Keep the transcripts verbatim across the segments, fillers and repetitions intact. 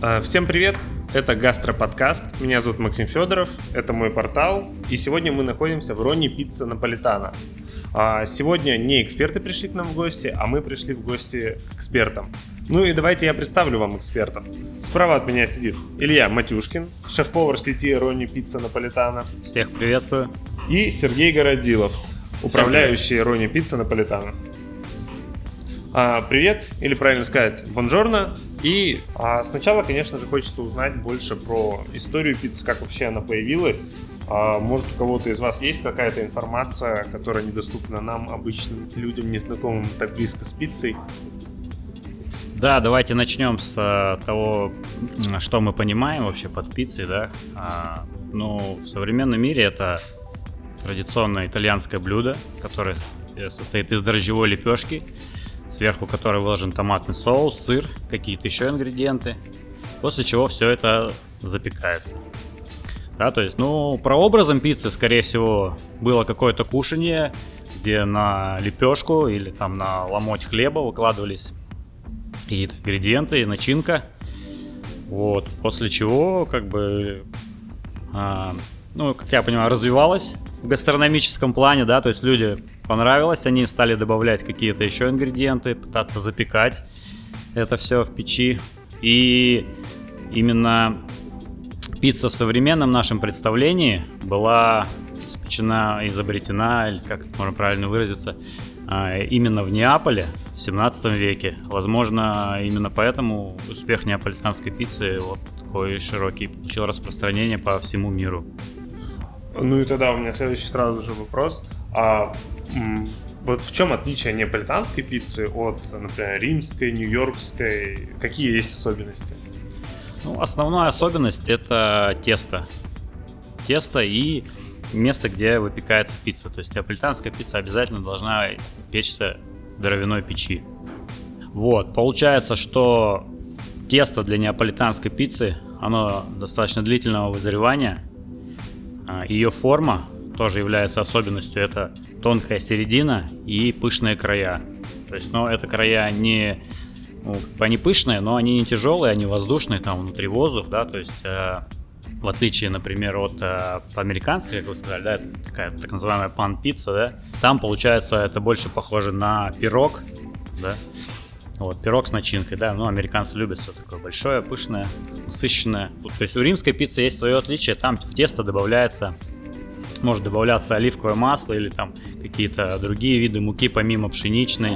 Всем привет, это Гастроподкаст, меня зовут Максим Федоров, это мой портал, и сегодня мы находимся в Ронни Пицца Наполитано. Сегодня не эксперты пришли к нам в гости, а мы пришли в гости к экспертам. Ну и давайте я представлю вам экспертов. Справа от меня сидит Илья Матюшкин, шеф-повар сети Ронни Пицца Наполитано. Всех приветствую. И Сергей Городилов, управляющий Ронни Пицца Наполитано. А, привет, или правильно сказать, бонжорно. И а, сначала, конечно же, хочется узнать больше про историю пиццы, как вообще она появилась. А, может, у кого-то из вас есть какая-то информация, которая недоступна нам, обычным людям, незнакомым так близко с пиццей? Да, давайте начнем с а, того, что мы понимаем вообще под пиццей, да. А, ну, в современном мире это традиционное итальянское блюдо, которое состоит из дрожжевой лепешки, сверху которой выложен томатный соус, сыр, какие-то еще ингредиенты, после чего все это запекается. Да, то есть, ну, прообразом пиццы, скорее всего, было какое-то кушанье, где на лепешку или там на ломоть хлеба выкладывались какие-то ингредиенты и начинка. Вот, после чего, как бы, а, ну, как я понимаю, развивалась в гастрономическом плане, да, то есть люди понравилось, они стали добавлять какие-то еще ингредиенты, пытаться запекать это все в печи. И именно пицца в современном нашем представлении была испечена, изобретена, или как это можно правильно выразиться, именно в Неаполе в семнадцатом веке. Возможно, именно поэтому успех неаполитанской пиццы вот такой широкий, получил распространение по всему миру. Ну и тогда у меня следующий сразу же вопрос. А м, вот в чем отличие неаполитанской пиццы от, например, римской, нью-йоркской? Какие есть особенности? Ну, основная особенность — это тесто. Тесто и место, где выпекается пицца. То есть неаполитанская пицца обязательно должна печься в дровяной печи. Вот, получается, что тесто для неаполитанской пиццы, оно достаточно длительного вызревания. Ее форма тоже является особенностью. Это тонкая середина и пышные края. То есть, ну, это края не, ну, они пышные, но они не тяжелые, они воздушные, там внутри воздух, да, то есть э, в отличие, например, от э, американской, как вы сказали, да, это такая так называемая пан-пицца, да, там, получается, это больше похоже на пирог, да, вот, пирог с начинкой, да, ну, американцы любят все такое большое, пышное, насыщенное. То есть у римской пиццы есть свое отличие, там в тесто добавляется, может добавляться оливковое масло или там какие-то другие виды муки помимо пшеничной.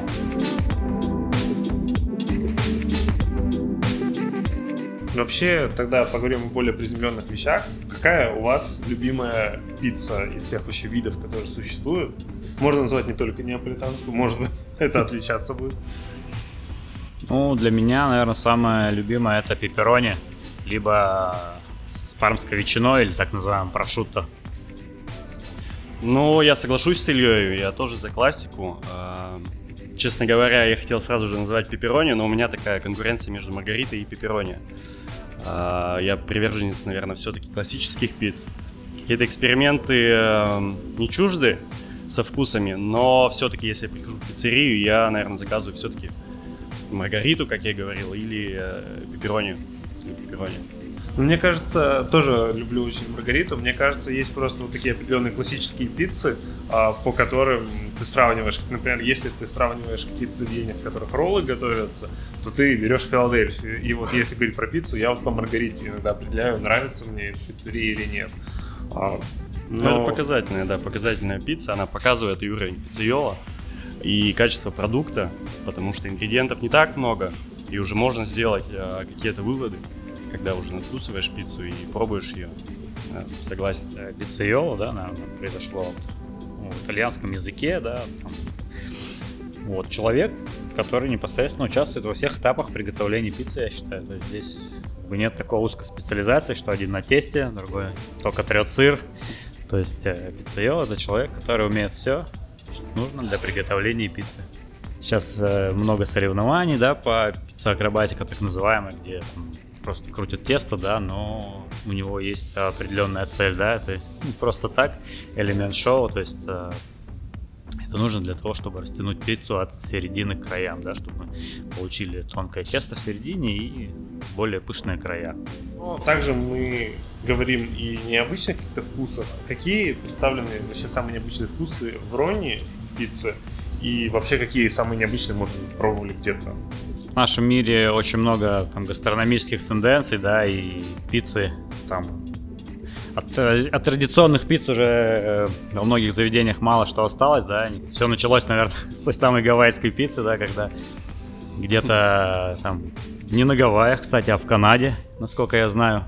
Вообще, тогда поговорим о более приземленных вещах. Какая у вас любимая пицца из всех вообще видов, которые существуют? Можно назвать не только неаполитанскую, может быть, это отличаться будет. Ну, для меня, наверное, самое любимое — это пепперони, либо с пармской ветчиной, или так называемым прошутто. Ну, я соглашусь с Ильей, я тоже за классику. Честно говоря, я хотел сразу же назвать пепперони, но у меня такая конкуренция между маргаритой и пепперони. Я приверженец, наверное, все-таки классических пиц. Какие-то эксперименты не чужды со вкусами, но все-таки, если я прихожу в пиццерию, я, наверное, заказываю все-таки маргариту, как я говорил, или пепперони. пепперони. Мне кажется, тоже люблю очень маргариту. Мне кажется, есть просто вот такие определенные классические пиццы, по которым ты сравниваешь. Например, если ты сравниваешь какие-то заведения, в которых роллы готовятся, то ты берешь Филадельфию. И вот если говорить про пиццу, я вот по маргарите иногда определяю, нравится мне пиццерия или нет. Но... Ну, это показательная, да, показательная пицца. Она показывает и уровень пиццейола, и качество продукта, потому что ингредиентов не так много, и уже можно сделать а, какие-то выводы, когда уже надкусываешь пиццу и пробуешь ее. Да, согласен. Да, пиццейола, да, наверное, произошло ну, в итальянском языке, да. Там, вот, человек, который непосредственно участвует во всех этапах приготовления пиццы, я считаю. То есть здесь нет такой узкой специализации, что один на тесте, другой только трет сыр. То есть э, пиццейол — это человек, который умеет все, что нужно для приготовления пиццы. Сейчас э, много соревнований, да, по пицца-акробатика, так называемой, где там просто крутят тесто, да, но у него есть определенная цель, да, это не просто так элемент шоу, то есть э, Это нужно для того, чтобы растянуть пиццу от середины к краям, да, чтобы мы получили тонкое тесто в середине и более пышные края. Но также мы говорим и не о обычных каких-то вкусах. Какие представлены вообще самые необычные вкусы в Ронни пицце? И вообще какие самые необычные, может быть, пробовали где-то? В нашем мире очень много там гастрономических тенденций, да, и пиццы там От, от традиционных пиц уже э, во многих заведениях мало что осталось, да. Все началось, наверное, с той самой гавайской пиццы, да, когда где-то там не на Гавайях, кстати, а в Канаде, насколько я знаю,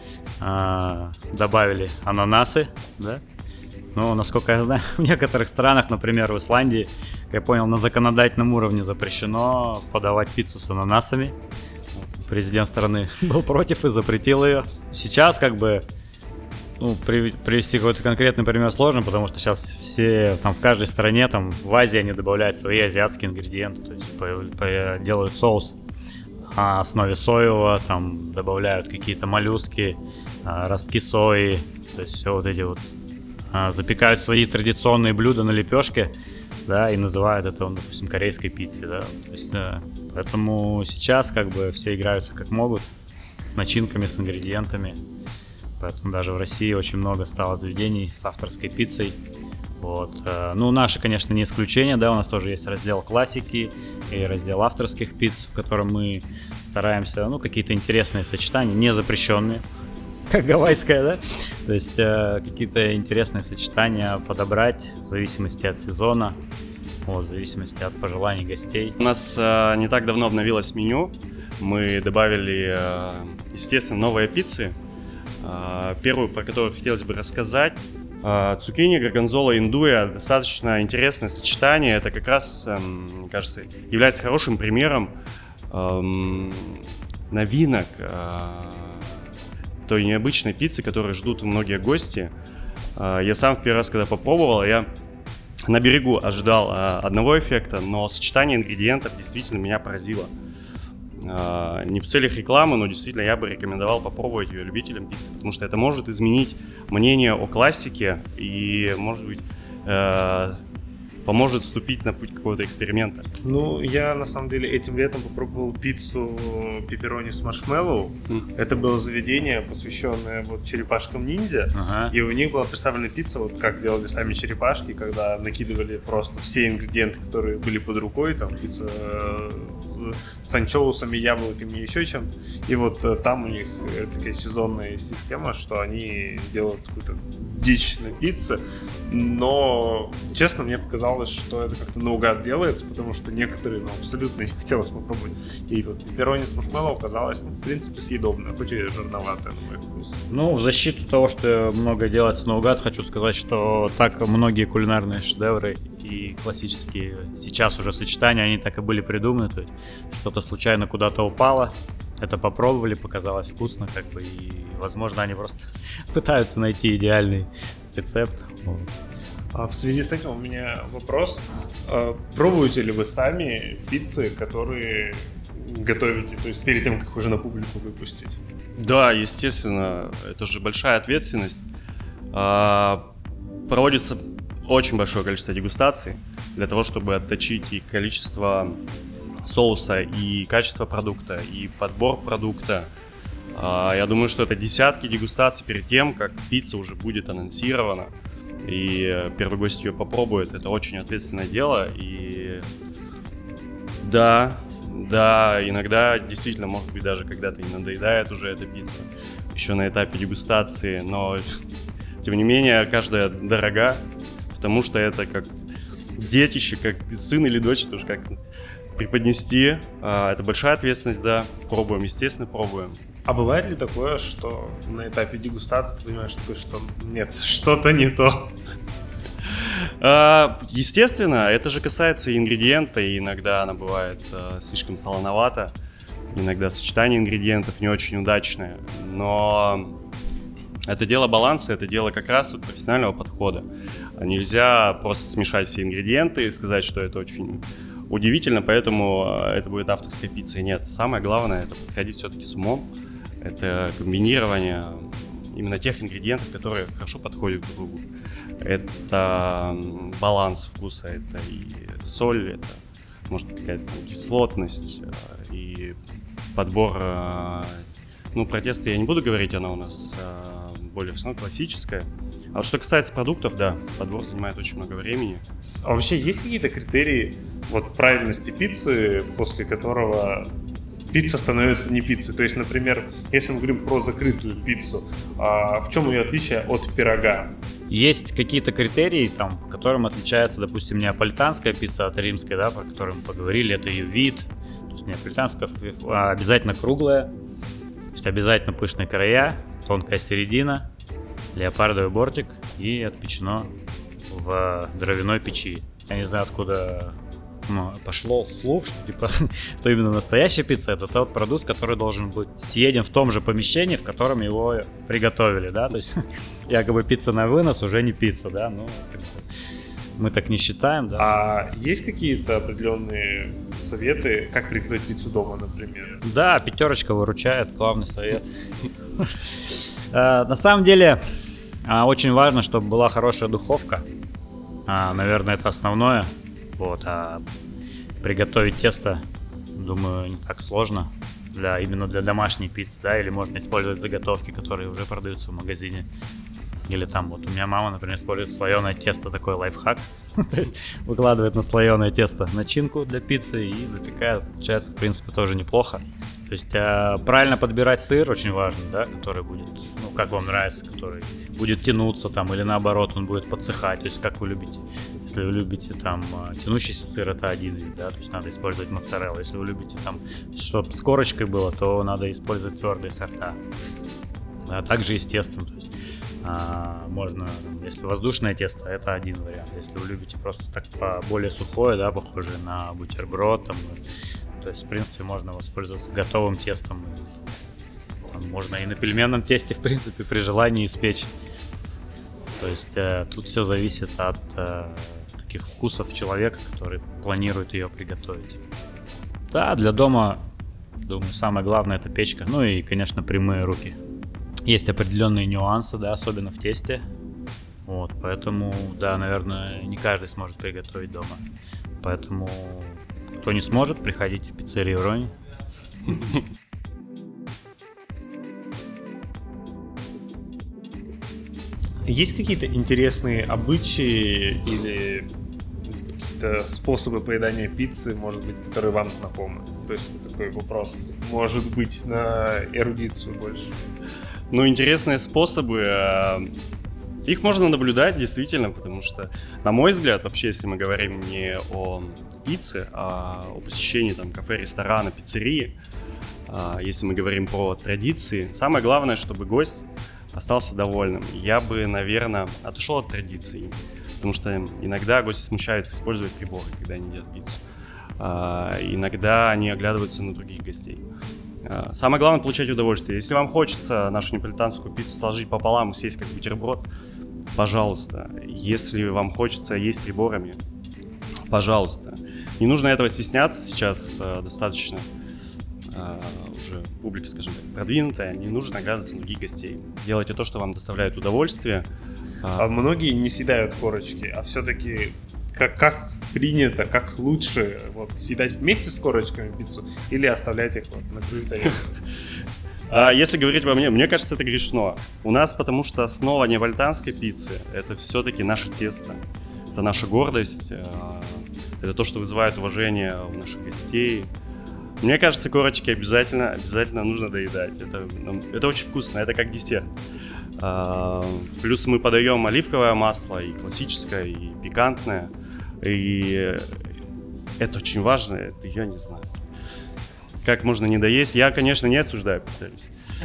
э, добавили ананасы, да. Но, насколько я знаю, в некоторых странах, например, в Исландии, как я понял, на законодательном уровне запрещено подавать пиццу с ананасами. Президент страны был против и запретил ее. Сейчас как бы Ну, привести какой-то конкретный пример сложно, потому что сейчас все, там, в каждой стране, там, в Азии они добавляют свои азиатские ингредиенты, то есть по, по, делают соус на основе соевого, там, добавляют какие-то моллюски, ростки сои, то есть все вот эти вот, запекают свои традиционные блюда на лепешке, да, и называют это, допустим, корейской пиццей, да, то есть, да, поэтому сейчас, как бы, все играются как могут, с начинками, с ингредиентами. Поэтому даже в России очень много стало заведений с авторской пиццей. Вот. Ну, наши, конечно, не исключение, да, у нас тоже есть раздел классики и раздел авторских пицц, в котором мы стараемся, ну, какие-то интересные сочетания, не запрещенные, как гавайская, да, то есть э, какие-то интересные сочетания подобрать в зависимости от сезона, вот, в зависимости от пожеланий гостей. У нас э, не так давно обновилось меню, мы добавили, э, естественно, новые пиццы. Первую, про которую хотелось бы рассказать, цукини, горгонзола, индуя, достаточно интересное сочетание. Это как раз, мне кажется, является хорошим примером новинок той необычной пиццы, которую ждут многие гости. Я сам в первый раз, когда попробовал, я на берегу ожидал одного эффекта, но сочетание ингредиентов действительно меня поразило. Не в целях рекламы, но действительно я бы рекомендовал попробовать ее любителям пиццы, потому что это может изменить мнение о классике и, может быть, э, поможет вступить на путь какого-то эксперимента. Ну, я на самом деле этим летом попробовал пиццу пепперони с маршмеллоу. Mm. Это было заведение, посвященное вот черепашкам ниндзя. Uh-huh. И у них была представлена пицца, вот как делали сами черепашки, когда накидывали просто все ингредиенты, которые были под рукой, там пицца с анчоусами, яблоками и еще чем-то. И вот там у них такая сезонная система, что они делают какую-то дичь на пицце. Но, честно, мне показалось, что это как-то наугад делается, потому что некоторые, ну, абсолютно не хотелось попробовать. И вот пепперони с маршмеллоу оказалось, ну, в принципе, съедобно, хоть и жирноватое на мой вкус. Ну, в защиту того, что много делается наугад, хочу сказать, что так многие кулинарные шедевры и классические сейчас уже сочетания, они так и были придуманы, то есть что-то случайно куда-то упало, это попробовали, показалось вкусно, как бы, и, возможно, они просто пытаются найти идеальный рецепт. А в связи с этим у меня вопрос. Пробуете ли вы сами пиццы, которые готовите, то есть перед тем, как их уже на публику выпустить? Да, естественно, это же большая ответственность. Проводится очень большое количество дегустаций для того, чтобы отточить и количество соуса, и качество продукта, и подбор продукта. Я думаю, что это десятки дегустаций перед тем, как пицца уже будет анонсирована, и первый гость ее попробует. Это очень ответственное дело, и да, да, иногда действительно, может быть, даже когда-то и надоедает уже эта пицца, еще на этапе дегустации, но тем не менее каждая дорога, потому что это как детище, как сын или дочь, тоже как преподнести. Это большая ответственность, да, пробуем, естественно, пробуем. А бывает ли такое, что на этапе дегустации ты понимаешь, такое, что нет, что-то не то? Естественно, это же касается и ингредиента, и иногда она бывает слишком солоновата, иногда сочетание ингредиентов не очень удачное, но это дело баланса, это дело как раз вот профессионального подхода. Нельзя просто смешать все ингредиенты и сказать, что это очень удивительно, поэтому это будет авторской пиццей. Нет, самое главное — это подходить все-таки с умом. Это комбинирование именно тех ингредиентов, которые хорошо подходят друг другу. Это баланс вкуса, это и соль, это может какая-то там кислотность и подбор. Ну, про тесто я не буду говорить, она у нас более в основном классическая. А вот что касается продуктов, да, подбор занимает очень много времени. А вообще есть какие-то критерии вот правильности пиццы, после которого пицца становится не пиццей? То есть, например, если мы говорим про закрытую пиццу, а в чем ее отличие от пирога? Есть какие-то критерии, там, по которым отличается, допустим, неаполитанская пицца от римской, да, про которую мы поговорили, это ее вид. То есть неаполитанская обязательно круглая, то есть обязательно пышные края, тонкая середина, леопардовый бортик и отпечено в дровяной печи. Я не знаю, откуда ну, пошло слух, что типа, что именно настоящая пицца — это тот продукт, который должен быть съеден в том же помещении, в котором его приготовили, да, то есть якобы пицца на вынос уже не пицца, да, ну как бы, мы так не считаем, да. А есть какие-то определенные советы, как приготовить пиццу дома, например? Да, пятерочка выручает, главный совет. На самом деле очень важно, чтобы была хорошая духовка. Наверное, это основное. Вот, а приготовить тесто, думаю, не так сложно. Для, именно для домашней пиццы, да, или можно использовать заготовки, которые уже продаются в магазине. Или там вот у меня мама, например, использует слоеное тесто, такой лайфхак. То есть выкладывает на слоеное тесто начинку для пиццы и запекает. Получается, в принципе, тоже неплохо. То есть а, правильно подбирать сыр очень важно, да, который будет, ну, как вам нравится, который будет тянуться там, или наоборот, он будет подсыхать. То есть как вы любите. Если вы любите там тянущийся сыр, это один вид, да, то есть надо использовать моцареллу. Если вы любите там, чтобы с корочкой было, то надо использовать твердые сорта. А также и с тестом. То есть, а, можно, если воздушное тесто, это один вариант. Если вы любите просто так по более сухое, да, похожее на бутерброд, там, то есть в принципе можно воспользоваться готовым тестом. Там, можно и на пельменном тесте, в принципе, при желании испечь. То есть э, тут все зависит от э, таких вкусов человека, который планирует ее приготовить. Да, для дома, думаю, самое главное — это печка. Ну и, конечно, прямые руки. Есть определенные нюансы, да, особенно в тесте. Вот, поэтому, да, наверное, не каждый сможет приготовить дома. Поэтому, кто не сможет, приходите в пиццерию Ронни. Есть какие-то интересные обычаи или какие-то способы поедания пиццы, может быть, которые вам знакомы? То есть такой вопрос, может быть, на эрудицию больше. Ну, интересные способы. Их можно наблюдать, действительно, потому что, на мой взгляд, вообще, если мы говорим не о пицце, а о посещении там кафе, ресторана, пиццерии, если мы говорим про традиции, самое главное, чтобы гость остался довольным. Я бы, наверное, отошел от традиций, потому что иногда гости смущаются использовать приборы, когда они едят пиццу. А, иногда они оглядываются на других гостей. А, самое главное — получать удовольствие. Если вам хочется нашу неаполитанскую пиццу сложить пополам и съесть как бутерброд, пожалуйста. Если вам хочется есть приборами, пожалуйста. Не нужно этого стесняться, сейчас а, достаточно а, уже публика, скажем так, продвинутая, не нужно оглядываться на других гостей. Делайте то, что вам доставляет удовольствие. А многие не съедают корочки, а все-таки как, как принято, как лучше вот, съедать вместе с корочками пиццу или оставлять их вот, на краю тарелки? А если говорить обо мне, мне кажется, это грешно. У нас потому что основа неаполитанской пиццы — это все-таки наше тесто. Это наша гордость, это то, что вызывает уважение у наших гостей. Мне кажется, корочки обязательно, обязательно нужно доедать. Это, это очень вкусно, это как десерт. А, плюс мы подаем оливковое масло, и классическое, и пикантное. И это очень важно, это я не знаю. Как можно не доесть? Я, конечно, не осуждаю, повторюсь.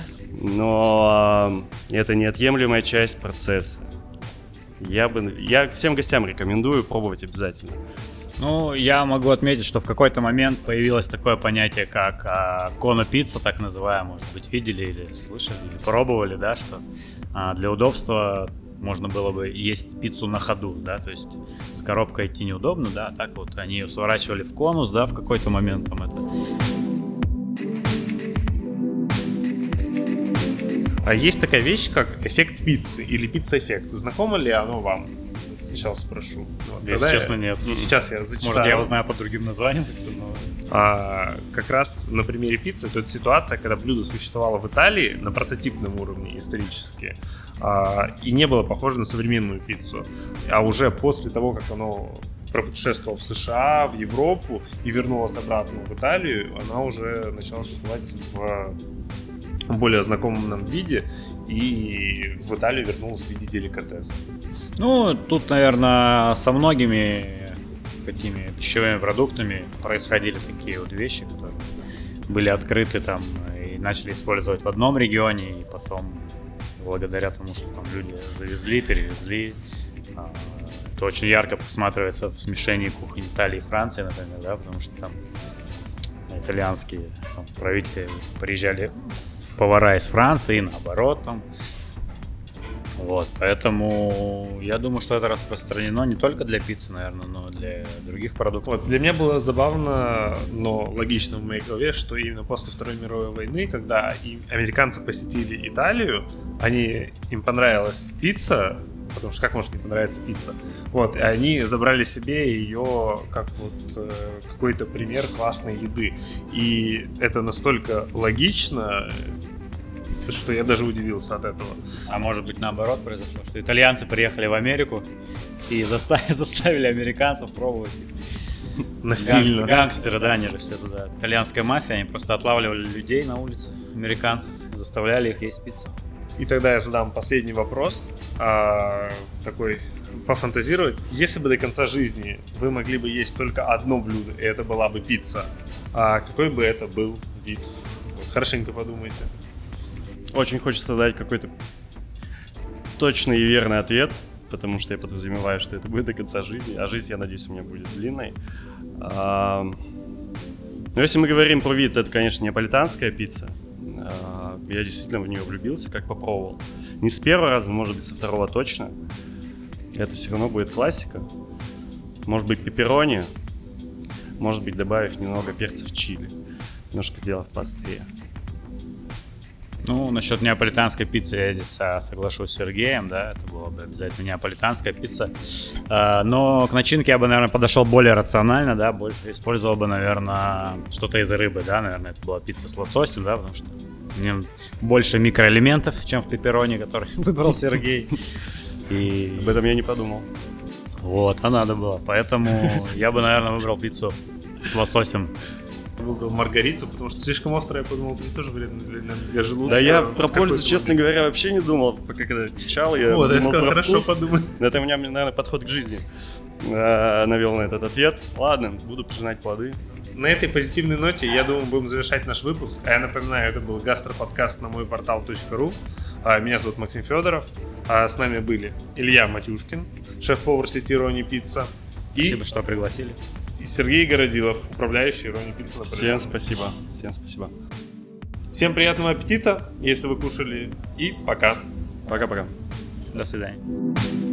Но это неотъемлемая часть процесса. Я, бы, я всем гостям рекомендую пробовать обязательно. Ну, я могу отметить, что в какой-то момент появилось такое понятие, как а, коно-пицца, так называемая. Может быть, видели или слышали, или пробовали, да, что а, для удобства можно было бы есть пиццу на ходу, да, то есть с коробкой идти неудобно, да, так вот они ее сворачивали в конус, да, в какой-то момент там это... А есть такая вещь, как эффект пиццы или пицца-эффект. Знакомо ли оно вам? Сейчас спрошу. Вот, Если честно, я... нет. Сейчас я зачитаю. Может, я его знаю под другим названием. Но... А, как раз на примере пиццы, это ситуация, когда блюдо существовало в Италии на прототипном уровне исторически, а, и не было похоже на современную пиццу. А уже после того, как оно пропутешествовало в США, в Европу и вернулось обратно в Италию, она уже начала существовать в более знакомом нам виде, и в Италию вернулась в виде деликатеса. Ну, тут, наверное, со многими такими пищевыми продуктами происходили такие вот вещи, которые были открыты там и начали использовать в одном регионе, и потом, благодаря тому, что там люди завезли, перевезли, это очень ярко просматривается в смешении кухни Италии и Франции, например, да, потому что там итальянские там, правители приезжали повара из Франции и наоборот там. Вот, поэтому я думаю, что это распространено не только для пиццы, наверное, но и для других продуктов. Вот, для меня было забавно, но логично в моей голове, что именно после Второй мировой войны, когда и американцы посетили Италию, они, им понравилась пицца, потому что как может не понравиться пицца? Вот, и они забрали себе ее как вот э, какой-то пример классной еды. И это настолько логично, что я даже удивился от этого. А может быть наоборот произошло, что итальянцы приехали в Америку и заставили, заставили американцев пробовать насильно. Гангс, гангстеры, да, они же все туда. Итальянская мафия, они просто отлавливали людей на улице, американцев, и заставляли их есть пиццу. И тогда я задам последний вопрос, а, такой пофантазировать. Если бы до конца жизни вы могли бы есть только одно блюдо, и это была бы пицца, а какой бы это был вид? Вот, хорошенько подумайте. Очень хочется дать какой-то точный и верный ответ, потому что я подразумеваю, что это будет до конца жизни, а жизнь, я надеюсь, у меня будет длинной. А, но если мы говорим про вид, это, конечно, неаполитанская пицца. А, я действительно в нее влюбился, как попробовал. Не с первого раза, может быть, со второго точно. Это все равно будет классика. Может быть, пепперони, может быть, добавив немного перцев чили, немножко сделав поострее. Ну, насчет неаполитанской пиццы я здесь а, соглашусь с Сергеем, да, это была бы обязательно неаполитанская пицца. А, но к начинке я бы, наверное, подошел более рационально, да, больше использовал бы, наверное, что-то из рыбы, да, наверное, это была пицца с лососем, да, потому что в нем больше микроэлементов, чем в пепперони, который выбрал Сергей. И... Об этом я не подумал. Вот, а надо было, поэтому я бы, наверное, выбрал пиццу с лососем. Выбрал маргариту, потому что слишком острая, я подумал, это тоже вредно для, для желудка. Да я про пользу, честно говоря, вообще не думал, пока когда читал, я вот, думал я сказал, про хорошо, вкус. подумай. Это у меня, наверное, подход к жизни э, навел на этот ответ. Ладно, буду пожинать плоды. На этой позитивной ноте, я думаю, будем завершать наш выпуск. А я напоминаю, это был гастроподкаст на мой портал точка ру. Меня зовут Максим Федоров. А с нами были Илья Матюшкин, шеф-повар сети Ronnie Pizza. И... Спасибо, что пригласили. И Сергей Городилов, управляющий Ronnie Pizza. Всем спасибо. Всем спасибо. Всем приятного аппетита, если вы кушали. И пока. Пока-пока. До свидания.